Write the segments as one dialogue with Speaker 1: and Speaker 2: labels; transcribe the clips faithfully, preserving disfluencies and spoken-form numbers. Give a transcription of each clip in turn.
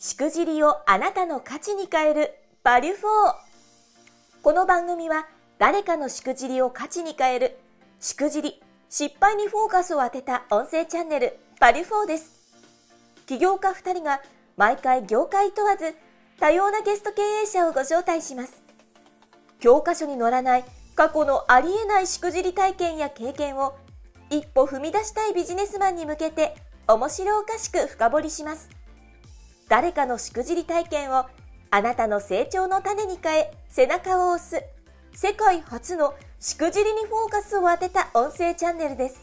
Speaker 1: しくじりをあなたの価値に変えるバリュフォー。この番組は誰かのしくじりを価値に変えるしくじり、失敗にフォーカスを当てた音声チャンネルバリュフォーです。起業家ふたりが毎回業界問わず多様なゲスト経営者をご招待します。教科書に載らない過去のありえないしくじり体験や経験を一歩踏み出したいビジネスマンに向けて面白おかしく深掘りします。誰かのしくじり体験をあなたの成長の種に変え背中を押す世界初のしくじりにフォーカスを当てた音声チャンネルです。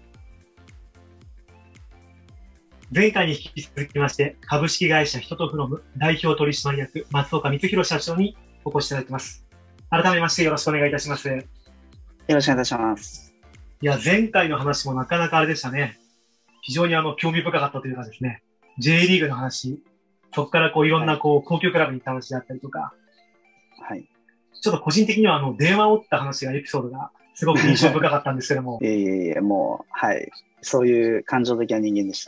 Speaker 2: 前回に引き続きまして株式会社ヒトトフロム代表取締役松岡光弘社長にお越しいただきます。改めましてよろしくお願いいたします。よ
Speaker 3: ろしくお願いいたします。
Speaker 2: いや、前回の話もなかなかあれでしたね。非常にあの興味深かったというかですね、J リーグの話、そこからこういろんなこう、はい、高級クラブに行った話であったりとか、
Speaker 3: はい。
Speaker 2: ちょっと個人的にはあの電話を打った話がエピソードがすごく印象深かったんですけども。
Speaker 3: いえいえいえ、もう、はい。そういう感情的な人間でした。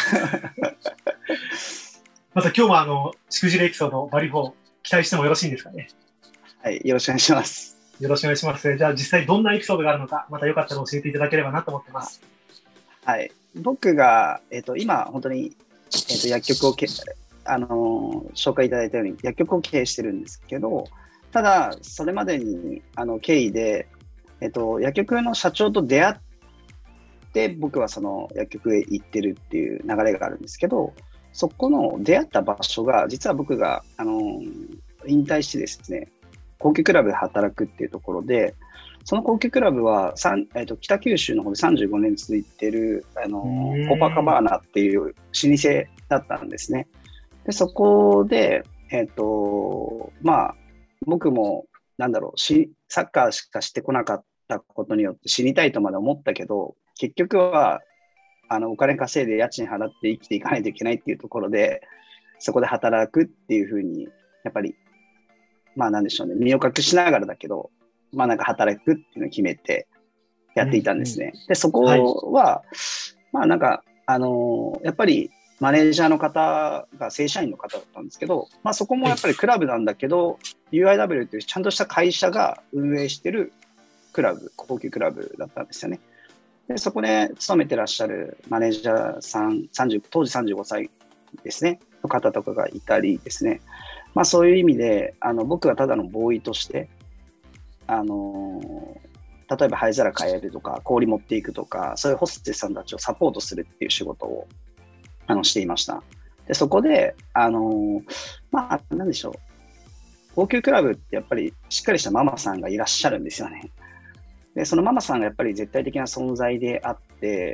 Speaker 2: まず今日もあの、しくじりエピソード、バリフォー、期待してもよろしいんですかね。
Speaker 3: はい。よろしくお願いします。
Speaker 2: よろしくお願いします。じゃあ実際どんなエピソードがあるのか、またよかったら教えていただければなと思ってます。
Speaker 3: はい。僕が、えっと、今、本当に、えっと、薬局をけ、あのー、紹介いただいたように、薬局を経営してるんですけど、ただ、それまでに、あの、経緯で、えっと、薬局の社長と出会って、僕はその薬局へ行ってるっていう流れがあるんですけど、そこの出会った場所が、実は僕が、あのー、引退してですね、高級クラブで働くっていうところで、その高級クラブは、えー、と北九州の方でさんじゅうごねん続いているあのコパカバーナっていう老舗だったんですね。でそこで、えーとまあ、僕もなんだろうしサッカーしかしてこなかったことによって死にたいとまで思ったけど、結局はあのお金稼いで家賃払って生きていかないといけないっていうところで、そこで働くっていうふうにやっぱりまあなんでしょうね、身を隠しながらだけど、まあなんか働くっていうのを決めてやっていたんですね。うんうん、で、そこは、はい、まあなんか、あのー、やっぱりマネージャーの方が正社員の方だったんですけど、まあそこもやっぱりクラブなんだけど、ユーアイダブリュー というちゃんとした会社が運営してるクラブ、高級クラブだったんですよね。で、そこで勤めてらっしゃるマネージャーさん、さんじゅう当時さんじゅうごさいですね、の方とかがいたりですね、まあそういう意味で、あの僕はただのボーイとして、あのー、例えば灰皿変えるとか、氷持っていくとか、そういうホステスさんたちをサポートするっていう仕事をあのしていました。で、そこで、あのー、まあ、なんでしょう。高級クラブってやっぱりしっかりしたママさんがいらっしゃるんですよね。で、そのママさんがやっぱり絶対的な存在であって、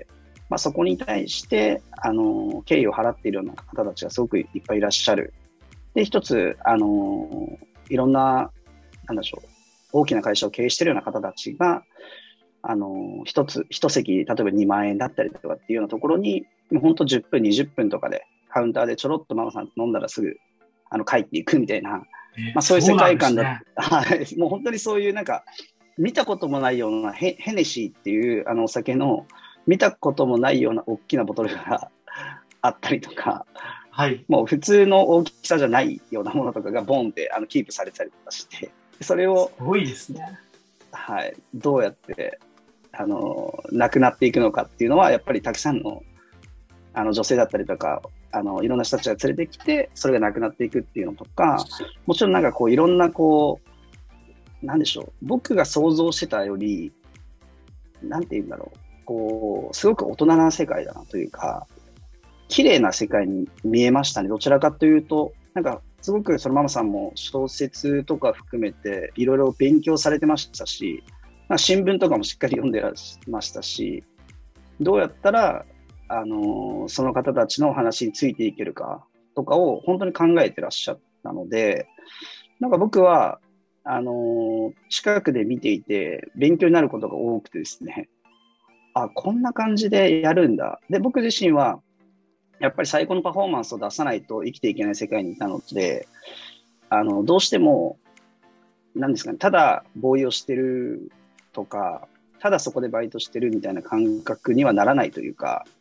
Speaker 3: まあ、そこに対して、あのー、敬意を払っているような方たちがすごくいっぱいいらっしゃる。で、一つ、あのー、いろんな、なんでしょう、大きな会社を経営しているような方たちが、あのー、一つ、一席、例えばにまんえんだったりとかっていうようなところに、もう本当じゅっぷん、にじゅっぷんとかで、カウンターでちょろっとママさんと飲んだらすぐ、あの、帰っていくみたいな、えー、まあそういう世界観だ、ね、はい、もう本当にそういうなんか、見たこともないようなヘ、ヘネシーっていうあのお酒の、見たこともないような大きなボトルがあったりとか、はい、もう普通の大きさじゃないようなものとかがボンってあのキープされたりとかして、それを
Speaker 2: すごいですね、
Speaker 3: はい、どうやってあのなくなっていくのかっていうのはやっぱりたくさんの、あの女性だったりとかあのいろんな人たちが連れてきてそれがなくなっていくっていうのとか、もちろんなんかこういろんなこうなんでしょう、僕が想像してたよりなんて言うんだろう、こうすごく大人な世界だなというか、綺麗な世界に見えましたね。どちらかというと、なんかすごくそのママさんも小説とか含めていろいろ勉強されてましたし、なんか新聞とかもしっかり読んでらっしゃいましたし、どうやったら、あのー、その方たちの話についていけるかとかを本当に考えてらっしゃったので、なんか僕はあのー、近くで見ていて勉強になることが多くてですね、あ、こんな感じでやるんだ。で、僕自身はやっぱり最高のパフォーマンスを出さないと生きていけない世界にいたので、あのどうしてもなんですかね、ただボーイをしてるとか、ただそこでバイトしてるみたいな感覚にはならないというか、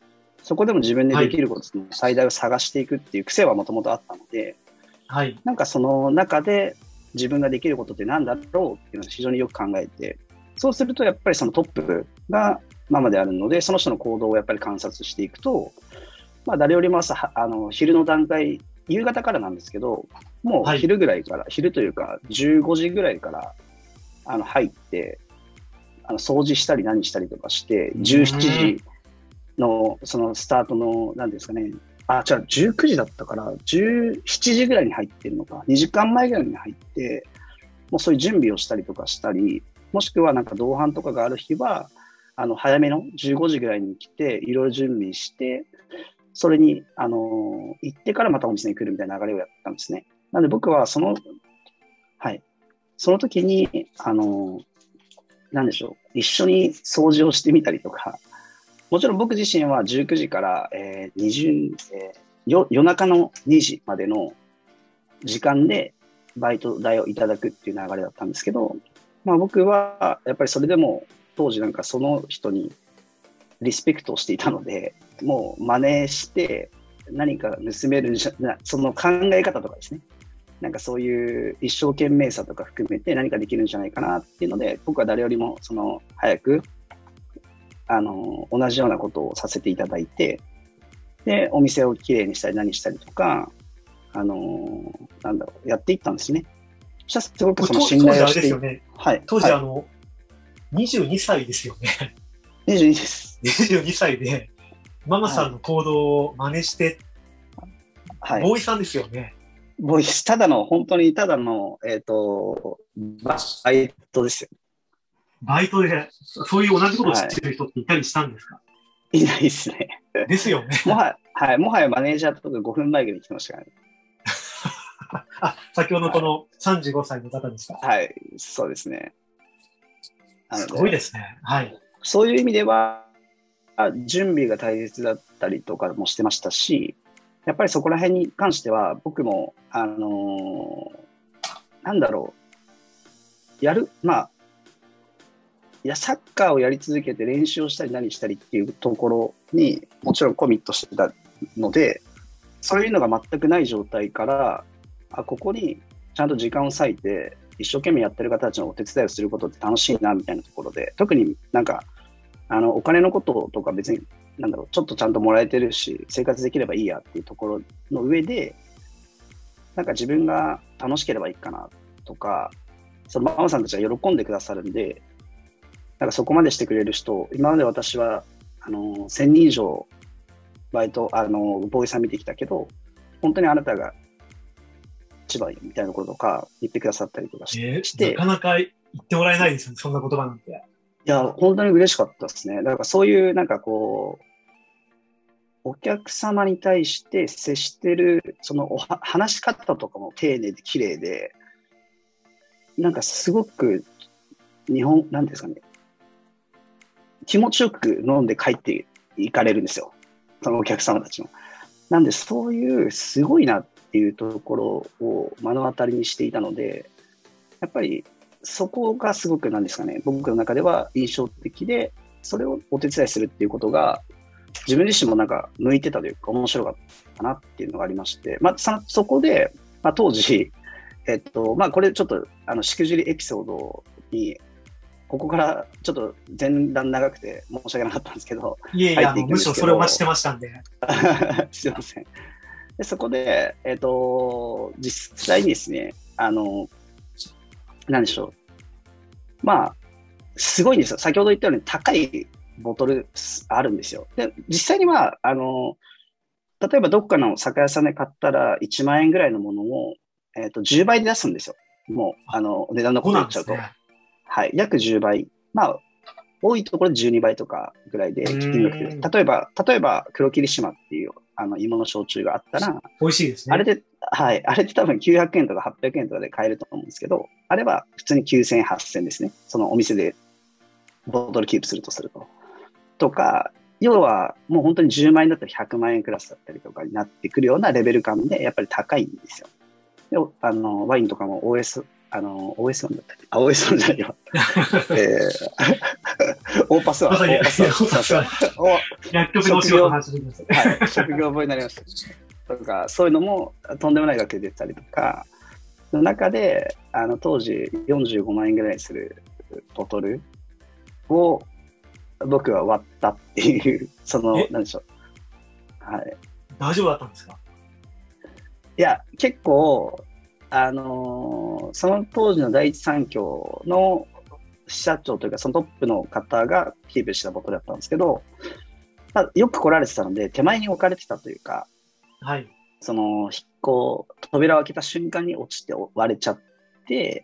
Speaker 3: そこでも自分で
Speaker 2: はい。
Speaker 3: できることの最大を探していくっていう癖はもともとあったので、
Speaker 2: はい。
Speaker 3: なんかその中で自分ができることって何だろうっていうのを非常によく考えて、そうするとやっぱりそのトップがママであるので、その人の行動をやっぱり観察していくと、まあ誰よりも朝、はあの、昼の段階、夕方からなんですけど、もう
Speaker 2: はい。
Speaker 3: 昼ぐらいから、昼というかじゅうごじぐらいからあの入って、あの掃除したり何したりとかして、
Speaker 2: う
Speaker 3: じゅうしち
Speaker 2: ーん。
Speaker 3: じのそのスタートの、なんですかね、あ、じゃあじゅうくじだったから、じゅうしちじぐらいに入ってるのか、にじかんまえぐらいに入って、もうそういう準備をしたりとかしたり、もしくはなんか同伴とかがある日は、あの早めのじゅうごじぐらいに来て、いろいろ準備して、それに、あのー行ってからまたお店に来るみたいな流れをやったんですね。なので僕はその、はい、その時に、あのーなんでしょう、一緒に掃除をしてみたりとか、もちろん僕自身はじゅうくじから、えーにじゅうえーよ夜中のにじまでの時間でバイト代をいただくっていう流れだったんですけど、まあ、僕はやっぱりそれでも当時なんかその人にリスペクトをしていたので、もう真似して何か盗めるんじゃな、その考え方とかですね、なんかそういう一生懸命さとか含めて何かできるんじゃないかなっていうので、僕は誰よりもその早くあの同じようなことをさせていただいて、で、お店をきれいにしたり何したりとか、あのなんだろう、やっていったんですね。そしたらすごく
Speaker 2: これと
Speaker 3: その信
Speaker 2: 当時あれ
Speaker 3: 頼をしてい、
Speaker 2: ですよね。
Speaker 3: はい、
Speaker 2: 当時
Speaker 3: はい、
Speaker 2: あの、にじゅうにさいですよね。
Speaker 3: にじゅうにです。
Speaker 2: にじゅうにさいで、ママ
Speaker 3: はい、
Speaker 2: さんの行動を真似して、
Speaker 3: はい。
Speaker 2: ボーイさんですよね。
Speaker 3: ボイス、ただの、本当にただの、えっ、と、バイトですよ。
Speaker 2: バイトで、そういう同じことを知
Speaker 3: は
Speaker 2: ってる人っていたりしたんですか？
Speaker 3: い。いないですね。
Speaker 2: ですよね。
Speaker 3: もはや、はい、もはやマネージャーとかごふんまえぐらいに来てましたからね。
Speaker 2: あ、先ほど
Speaker 3: はい。
Speaker 2: このさんじゅうごさいの方ですか？
Speaker 3: はい、そうですね。な
Speaker 2: すごい
Speaker 3: ので、
Speaker 2: ですね。はい。
Speaker 3: そういう意味では、準備が大切だったりとかもしてましたし、やっぱりそこら辺に関しては、僕も、あのーなんだろう、やる、まあ、いや、サッカーをやり続けて練習をしたり何したりっていうところにもちろんコミットしてたので、そういうのが全くない状態から、あ、ここにちゃんと時間を割いて、一生懸命やってる方たちのお手伝いをすることって楽しいなみたいなところで、特になんか、あの、お金のこととか別に、なんだろう、ちょっとちゃんともらえてるし、生活できればいいやっていうところの上で、なんか自分が楽しければいいかなとか、そのママさんたちが喜んでくださるんで、なんかそこまでしてくれる人、今まで私は、あの、せんにん以上、バイト、あの、ボーイさん見てきたけど、本当にあなたが一番いいみたいなこととか言ってくださったりとかし
Speaker 2: えーな
Speaker 3: して、
Speaker 2: かなか言ってもらえないですよね。そんな言葉なんて。
Speaker 3: いや、本当に嬉しかったですね。だからそういう、なんかこう、お客様に対して接してる、そのおは話し方とかも丁寧で綺麗で、なんかすごく日本、なんていうんですかね、気持ちよく飲んで帰っていかれるんですよ。そのお客様たちも。なんで、そういうすごいなっていうところを目の当たりにしていたので、やっぱりそこがすごくなんですかね、僕の中では印象的で、それをお手伝いするっていうことが、自分自身もなんか向いてたというか、面白かったなっていうのがありまして、まあ、そそこで、まあ、当時、えっと、まあ、これちょっと、あの、しくじりエピソードに、ここからちょっと前段長くて申し訳なかったんですけど、
Speaker 2: いえいえ、あの、
Speaker 3: 入っていくんで
Speaker 2: むしろそれを待ちし
Speaker 3: すけど、
Speaker 2: てましたんで。
Speaker 3: すいません。で、そこで、えっと、実際にですね、あの、なんでしょう。まあ、すごいんですよ。先ほど言ったように高いボトルあるんですよ。で、実際には、あの、例えばどっかの酒屋さんで買ったらいちまん円ぐらいのものを、えっと、じゅうばいで出すんですよ。もう、あ
Speaker 2: あ、
Speaker 3: の、値段のこ
Speaker 2: そう
Speaker 3: と言っちゃうと。
Speaker 2: なんですね。
Speaker 3: はい。約じゅうばい。まあ、多いところでじゅうにばいとかぐらいで
Speaker 2: う
Speaker 3: 金額で。
Speaker 2: ーん。
Speaker 3: 例えば、例えば、黒霧島っていう、あの、芋の焼酎があったら、
Speaker 2: 美味しいですね。
Speaker 3: あれで、はい。あれって多分きゅうひゃくえんとかはっぴゃくえんとかで買えると思うんですけど、あれは普通にきゅうせんえん、はっせんえんですね。そのお店でボトルキープするとすると。とか、要はもう本当にじゅうまん円だったらひゃくまん円クラスだったりとかになってくるようなレベル感で、やっぱり高いんですよ。で、あの、ワインとかも オーエス、あの、オーエスワン だったっけあ、オーエスワン じゃないよ。えー大パスは、
Speaker 2: まさに、
Speaker 3: 大パスは。
Speaker 2: 大パスは
Speaker 3: お
Speaker 2: 薬局のお仕事の話できます。
Speaker 3: はい、職業覚えになりました。とか、そういうのもとんでもない額で出てたりとか、の中で、あの当時よんじゅうごまんえんぐらいするボトルを僕は割ったっていう、その、なんでしょう。はい。
Speaker 2: 大丈夫だったんですか？
Speaker 3: いや、結構、あのーその当時の第一三共の支社長というか、そのトップの方がキープしたボトルだったんですけど、まあ、よく来られてたので、手前に置かれてたというか、
Speaker 2: はい。
Speaker 3: その、引っこう、扉を開けた瞬間に落ちて割れちゃって、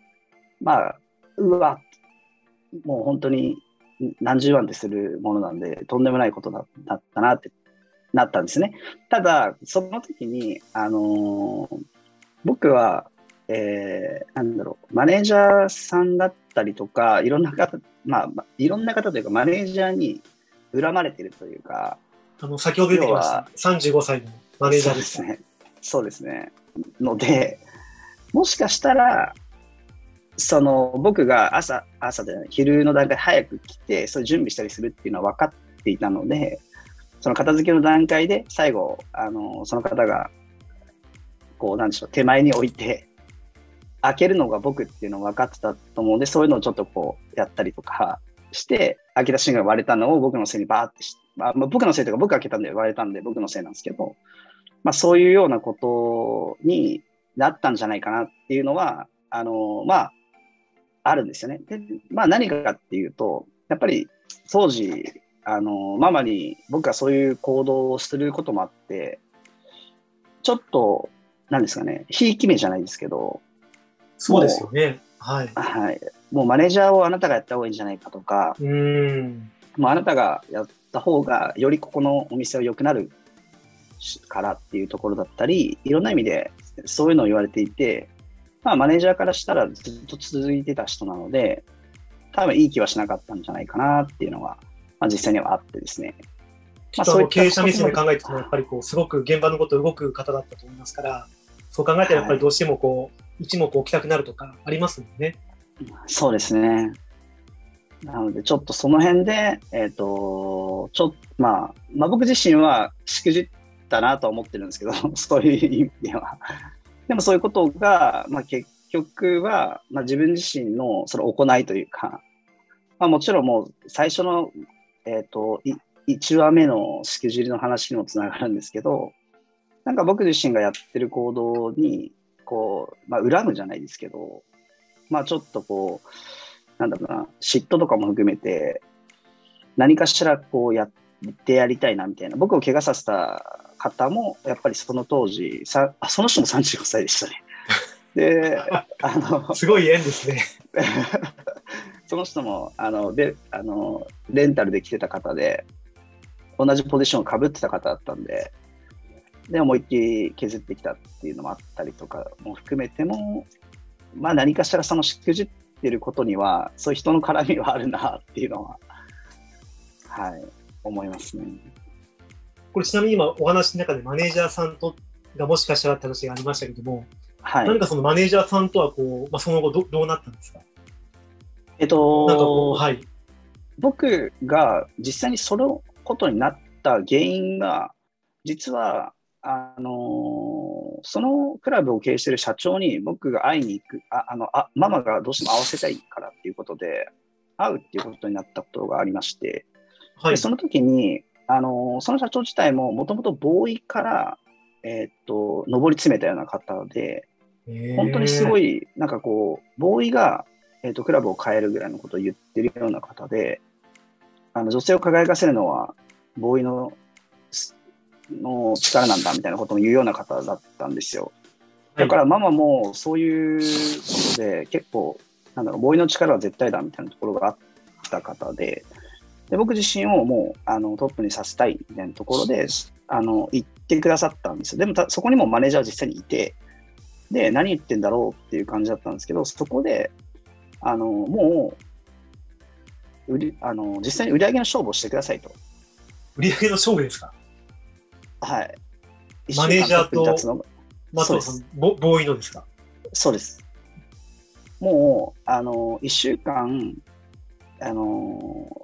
Speaker 3: まあ、うわ、もう本当に何十万ってするものなんで、とんでもないことだったなってなったんですね。ただ、その時に、あのー僕は、えー、なんだろう、マネージャーさんだったりとか、いろんな方、まあ、まあいろんな方というか、マネージャーに恨まれてるというか、
Speaker 2: あの、先ほど出てきました。さんじゅうごさいのマネージャーですか？
Speaker 3: そうですね。そうですね。ので、もしかしたら、その、僕が朝、朝で、昼の段階で早く来て、そういう準備したりするっていうのは分かっていたので、その片付けの段階で、最後、あの、その方が、こう、なんでしょう、手前に置いて、開けるのが僕っていうのを分かってたと思うので、そういうのをちょっとこう、やったりとかして、開けた瞬間割れたのを僕のせいにバーってし、まあ、僕のせいというか、僕開けたんで割れたんで、僕のせいなんですけど、まあ、そういうようなことになったんじゃないかなっていうのは、あの、まあ、あるんですよね。で、まあ、何かっていうと、やっぱり当時、あの、ママに僕がそういう行動をすることもあって、ちょっと、なんですかね、ひいき目じゃないですけど、
Speaker 2: そうですよね。はい。
Speaker 3: はい。もうマネージャーをあなたがやった方がいいんじゃないかとか、
Speaker 2: うーん。
Speaker 3: もうあなたがやった方が、よりここのお店は良くなるからっていうところだったり、いろんな意味でそういうのを言われていて、まあマネージャーからしたらずっと続いてた人なので、多分いい気はしなかったんじゃないかなっていうのは、まあ実際にはあってですね。
Speaker 2: まあ、そういう経営者目線で考えても、やっぱりこう、すごく現場のことを動く方だったと思いますから、そう考えたらやっぱりどうしてもこう、一目置きたくなるとかありますもんね。
Speaker 3: そうですね。なので、ちょっとその辺で、えっと、ちょっと、まあ、まあ僕自身はしくじったなとは思ってるんですけど、そういう意味では。でもそういうことが、まあ結局は、まあ自分自身のその行いというか、まあもちろんもう最初の、えっと、いちわめのしくじりの話にもつながるんですけど、なんか僕自身がやってる行動に、こう、まあ恨むじゃないですけど、まあちょっとこう、なんだろうな、嫉妬とかも含めて、何かしらこうやってやりたいなみたいな。僕を怪我させた方も、やっぱりその当時、さあその人もさんじゅうごさいでしたね。で、あの、
Speaker 2: すごい縁ですね。
Speaker 3: その人も、あの、で、あの、レンタルで来てた方で、同じポジションをかぶってた方だったんで、で、思いっきり削ってきたっていうのもあったりとかも含めても、まあ何かしらそのしくじってることには、そういう人の絡みはあるなっていうのは、はい、思いますね。
Speaker 2: これちなみに今お話の中でマネージャーさんとがもしかしたらって話がありましたけども、はい、何かそのマネージャーさんとはこう、まあ、その後 ど, どうなったんですか？
Speaker 3: えっと、
Speaker 2: なんかこう、はい、
Speaker 3: 僕が実際にそのことになった原因が、実は、あのー、そのクラブを経営している社長に僕が会いに行く、あ、あの、あ、ママがどうしても会わせたいからっていうことで、会うっていうことになったことがありまして、はい、でその時に、あのー、その社長自体ももともとボーイから、えー、っと、上り詰めたような方で、本当にすごい、なんかこう、ボーイが、えー、っと、クラブを変えるぐらいのことを言ってるような方で、あの女性を輝かせるのは、ボーイのの力なんだみたいなことも言うような方だったんですよ。だからママもそういうことで結構、なんだろう、ボーイの力は絶対だみたいなところがあった方で、で僕自身をもうあのトップにさせたいみたいなところで、あの言ってくださったんですよ。でもたそこにもマネージャー実際にいて、で、何言ってんだろうっていう感じだったんですけど、そこで、あのもう売りあの実際に売り上げの勝負をしてくださいと。
Speaker 2: 売り上げの勝負ですか？
Speaker 3: はい。
Speaker 2: マネージャーと松尾さん、ボーイのですか？
Speaker 3: そうです。もう、あの、いっしゅうかん、あの、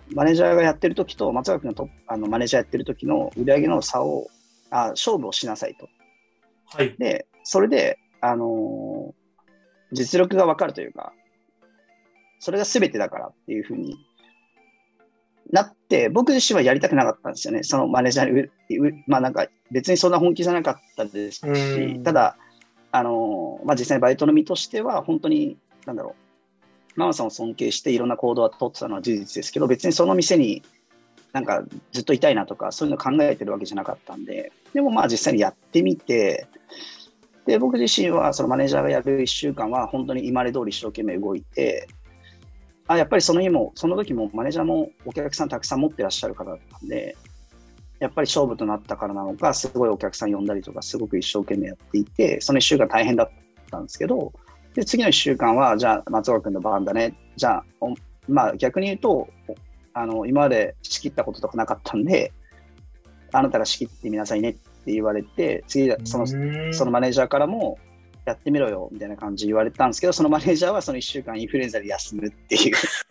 Speaker 3: マネージャーがやってる時と松岡君のトあのマネージャーやってる時の売り上げの差をあ勝負をしなさいと。
Speaker 2: はい。
Speaker 3: でそれで、あのー実力が分かるというか、それが全てだからっていうふうになって、僕自身はやりたくなかったんですよね。そのマネージャーにうう、まあなんか別にそんな本気じゃなかったですし、ただ、あのーまあ、実際にバイトの身としては本当に、なんだろう、ママさんを尊敬していろんな行動は取ってたのは事実ですけど、別にその店になんかずっといたいなとか、そういうの考えてるわけじゃなかったんで、でもまあ実際にやってみて、で僕自身はそのマネージャーがやるいっしゅうかんは本当に今まで通り一生懸命動いて、あやっぱりその日も、その時もマネージャーもお客さんたくさん持ってらっしゃる方だったんで、やっぱり勝負となったからなのか、すごいお客さん呼んだりとか、すごく一生懸命やっていて、そのいっしゅうかん大変だったんですけど、で次のいっしゅうかんは、じゃあ松岡君の番だね、じゃあ、まあ逆に言うと、あの今まで仕切ったこととかなかったんで、あなたが仕切ってみなさいねって言われて、次その、そのマネージャーからも、やってみろよみたいな感じで言われたんですけど、そのマネージャーはそのいっしゅうかんインフルエンザで休むっていう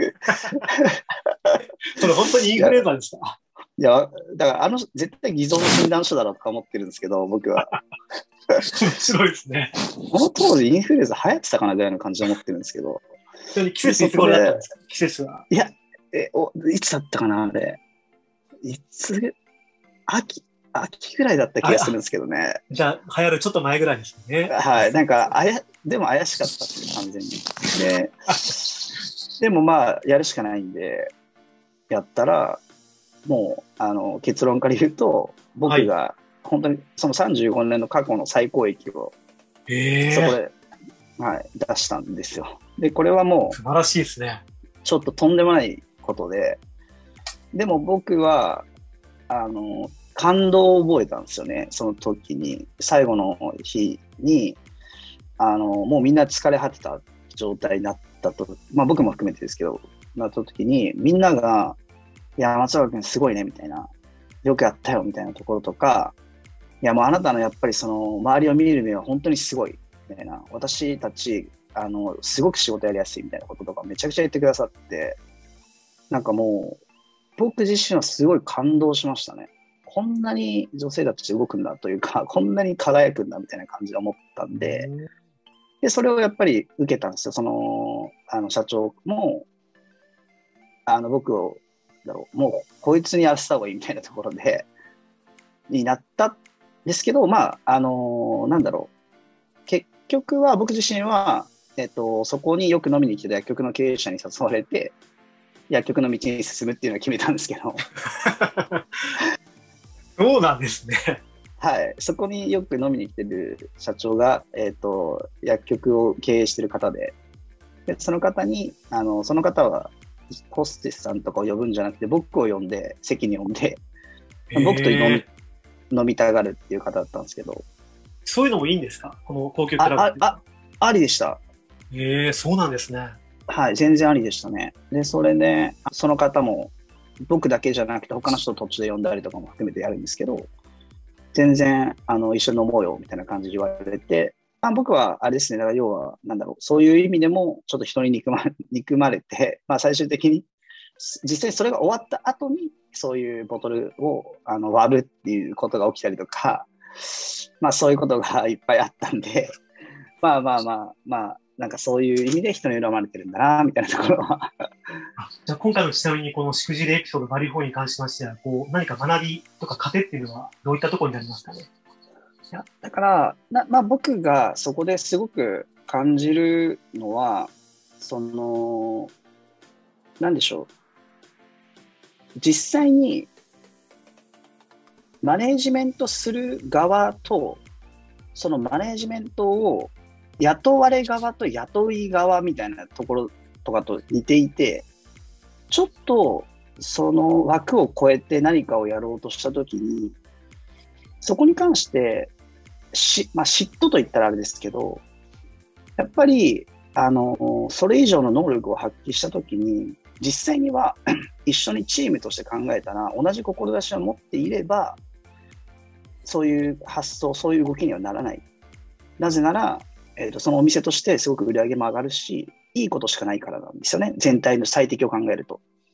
Speaker 2: それ本当にインフルエンザでした。
Speaker 3: いや、だからあの絶対偽造の診断書だろうとか思ってるんですけど、僕は。
Speaker 2: 面白いですね。
Speaker 3: この当時インフルエンザ流行ってたかなぐらいの感じで思ってるんですけど。
Speaker 2: 季節いつ頃だったんですか？季節は。
Speaker 3: いやえお、いつだったかなあれ。いつ、秋、秋ぐらいだった気がするんですけどね。
Speaker 2: じゃあ、流行るちょっと前ぐらいですね。
Speaker 3: はい。なんか、あや、でも怪しかったですね、完全に。で、でもまあ、やるしかないんで、やったら、もう、あの、結論から言うと、僕が、本当にそのさんじゅうごねんの過去の最高益を、そこで、はい、出したんですよ。で、これはもう、
Speaker 2: 素晴らしいですね。
Speaker 3: ちょっととんでもないことで、でも僕は、あの、感動を覚えたんですよね、その時に。最後の日に、あの、もうみんな疲れ果てた状態になったと、まあ僕も含めてですけど、なった時に、みんなが、いや、松岡君すごいね、みたいな。よくやったよ、みたいなところとか、いや、もうあなたのやっぱりその、周りを見る目は本当にすごい、みたいな。私たち、あの、すごく仕事やりやすいみたいなこととかめちゃくちゃ言ってくださって、なんかもう、僕自身はすごい感動しましたね。こんなに女性たち動くんだというか、こんなに輝くんだみたいな感じで思ったんで、で、それをやっぱり受けたんですよ。その、あの、社長も、あの、僕を、だろう、もう、こいつにやらせた方がいいみたいなところで、になったんですけど、まあ、あの、なんだろう。結局は、僕自身は、えっと、そこによく飲みに来てた薬局の経営者に誘われて、薬局の道に進むっていうのを決めたんですけど。
Speaker 2: そうなんですね。
Speaker 3: はい。そこによく飲みに来てる社長が、えっと、薬局を経営してる方で、で、その方に、あの、その方は、ホステスさんとかを呼ぶんじゃなくて、僕を呼んで、席に呼んで、僕と飲み、飲みたがるっていう方だったんですけど。
Speaker 2: そういうのもいいんですか？この高級クラブ。
Speaker 3: あ、あ、あ、ありでした。
Speaker 2: ええー、そうなんですね。
Speaker 3: はい、全然ありでしたね。で、それで、その方も、僕だけじゃなくて、他の人を途中で呼んだりとかも含めてやるんですけど、全然、あの、一緒に飲もうよ、みたいな感じで言われて、まあ、僕は、あれですね、だから要は、なんだろう、そういう意味でも、ちょっと人に憎ま憎まれて、まあ、最終的に、実際それが終わった後に、そういうボトルをあの割るっていうことが起きたりとか、まあ、そういうことがいっぱいあったんで、まあまあまあ、まあ、なんかそういう意味で人に恨まれてるんだな、みたいなところは。
Speaker 2: じゃあ今回のちなみにこのしくじりエピソードバリューフォーに関しましては、こう何か学びとか糧っていうのはどういったところになりますかね？
Speaker 3: いや、だからな、まあ、僕がそこですごく感じるのは、その、なんでしょう。実際にマネージメントする側と、そのマネージメントを雇われ側と雇い側みたいなところとかと似ていて、ちょっとその枠を超えて何かをやろうとしたときに、そこに関してし、まあ、嫉妬と言ったらあれですけど、やっぱりあのそれ以上の能力を発揮したときに、実際には一緒にチームとして考えたら、同じ志を持っていれば、そういう発想、そういう動きにはならない。なぜなら、えーと、そのお店としてすごく売り上げも上がるし、いいことしかないからなんですよね。全体の最適を考えると。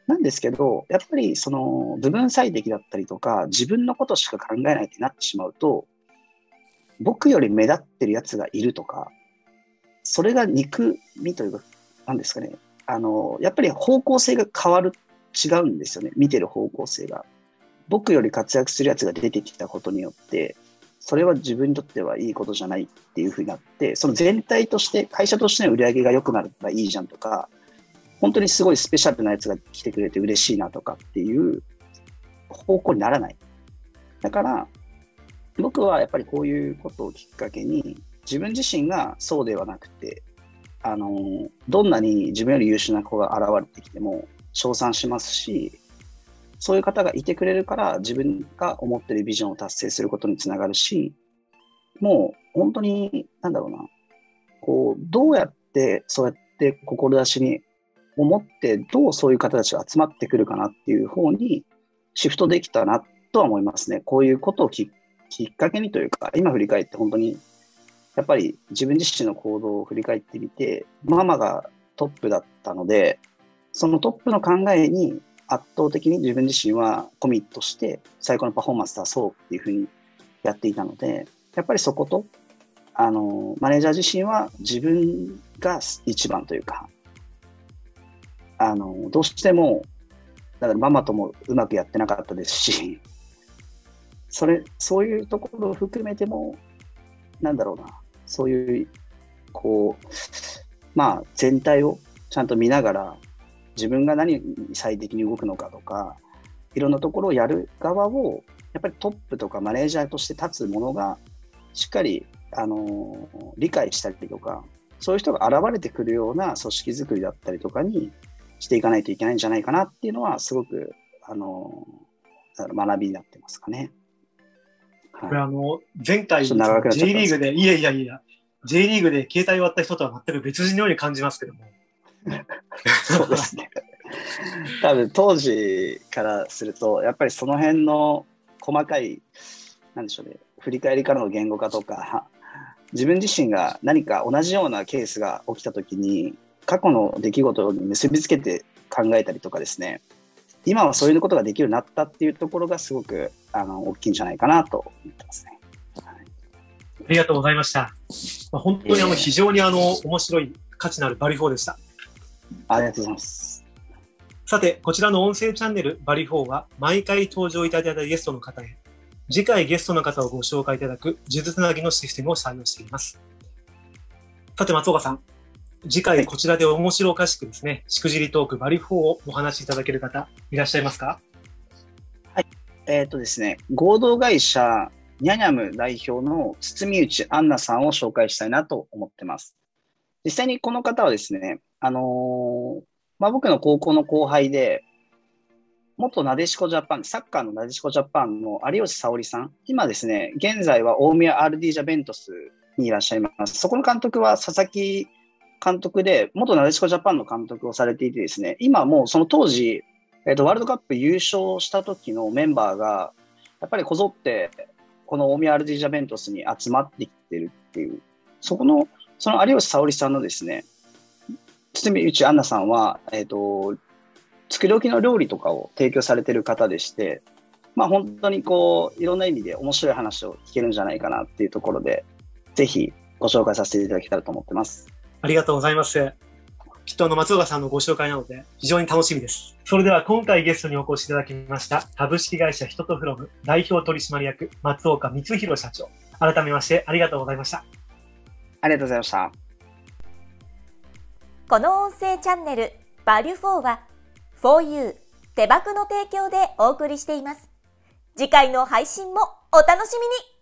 Speaker 3: なんですけど、やっぱりその部分最適だったりとか、自分のことしか考えないってなってしまうと、僕より目立ってるやつがいるとか、それが憎みというか、なんですかね、あの、やっぱり方向性が変わる、違うんですよね、見てる方向性が。僕より活躍するやつが出てきたことによって、それは自分にとってはいいことじゃないっていうふうになって、その全体として、会社としての売り上げが良くなればいいじゃんとか、本当にすごいスペシャルなやつが来てくれて嬉しいなとかっていう方向にならない。だから、僕はやっぱりこういうことをきっかけに、自分自身がそうではなくて、あの、どんなに自分より優秀な子が現れてきても、称賛しますし、そういう方がいてくれるから自分が思っているビジョンを達成することにつながるし、もう本当に、なんだろうな、こう、どうやってそうやって志に思って、どうそういう方たちが集まってくるかなっていう方にシフトできたなとは思いますね。こういうことをき、きっかけにというか、今振り返って本当に、やっぱり自分自身の行動を振り返ってみて、ママがトップだったので、そのトップの考えに圧倒的に自分自身はコミットして最高のパフォーマンス出そうっていうふうにやっていたので、やっぱりそこと、あの、マネージャー自身は自分が一番というか、あの、どうしても、だからママともうまくやってなかったですし、それ、そういうところを含めても、なんだろうな、そういう、こう、まあ全体をちゃんと見ながら、自分が何に最適に動くのかとか、いろんなところをやる側を、やっぱりトップとかマネージャーとして立つものが、しっかり、あのー、理解したりとか、そういう人が現れてくるような組織づくりだったりとかにしていかないといけないんじゃないかなっていうのは、すごく、あのー、学びになってますかね。
Speaker 2: はい、これあの、前回、J リーグで、いやいやいや、J リーグで携帯を割った人とは全く別人のように感じますけども。
Speaker 3: そうですね。多分当時からすると、やっぱりその辺の細かい、なんでしょうね、振り返りからの言語化とか、自分自身が何か同じようなケースが起きたときに、過去の出来事に結びつけて考えたりとかですね、今はそういうことができるようになったっていうところがすごくあの大きいんじゃないかなと思ってますね。はい、
Speaker 2: ありがとうございました。まあ、本当にあの非常にあの面白い価値のあるバリフォーでした。
Speaker 3: ありがとうございます。
Speaker 2: さて、こちらの音声チャンネルバリフォーは毎回登場いただいたゲストの方へ、次回ゲストの方をご紹介いただく数珠つなぎのシステムを採用しています。さて、松岡さん、次回こちらで面白おかしくですね、しくじりトークバリフォーをお話しいただける方いらっしゃいますか？
Speaker 3: はい。えっとですね、合同会社ニャニャム代表の堤内杏奈さんを紹介したいなと思ってます。実際にこの方はですね、あのーまあ、僕の高校の後輩で、元なでしこジャパン、サッカーのなでしこジャパンの有吉沙織さん、今ですね、現在は大宮 アールディー ジャベントスにいらっしゃいます。そこの監督は佐々木監督で、元なでしこジャパンの監督をされていてですね、今もうその当時、えっと、ワールドカップ優勝した時のメンバーが、やっぱりこぞって、この大宮 アールディー ジャベントスに集まってきてるっていう、そこの、その有吉沙織さんのですね、堤内杏奈さんは、えっと、作り置きの料理とかを提供されている方でして、まあ本当にこう、いろんな意味で面白い話を聞けるんじゃないかなっていうところで、ぜひご紹介させていただけたらと思ってます。
Speaker 2: ありがとうございます。きっとあの松岡さんのご紹介なので非常に楽しみです。それでは今回ゲストにお越しいただきました株式会社ヒトトフロム代表取締役松岡光弘社長。改めましてありがとうございました。
Speaker 3: ありがとうございました。
Speaker 1: この音声チャンネルバリュフォーは フォーユー 手箱の提供でお送りしています。次回の配信もお楽しみに。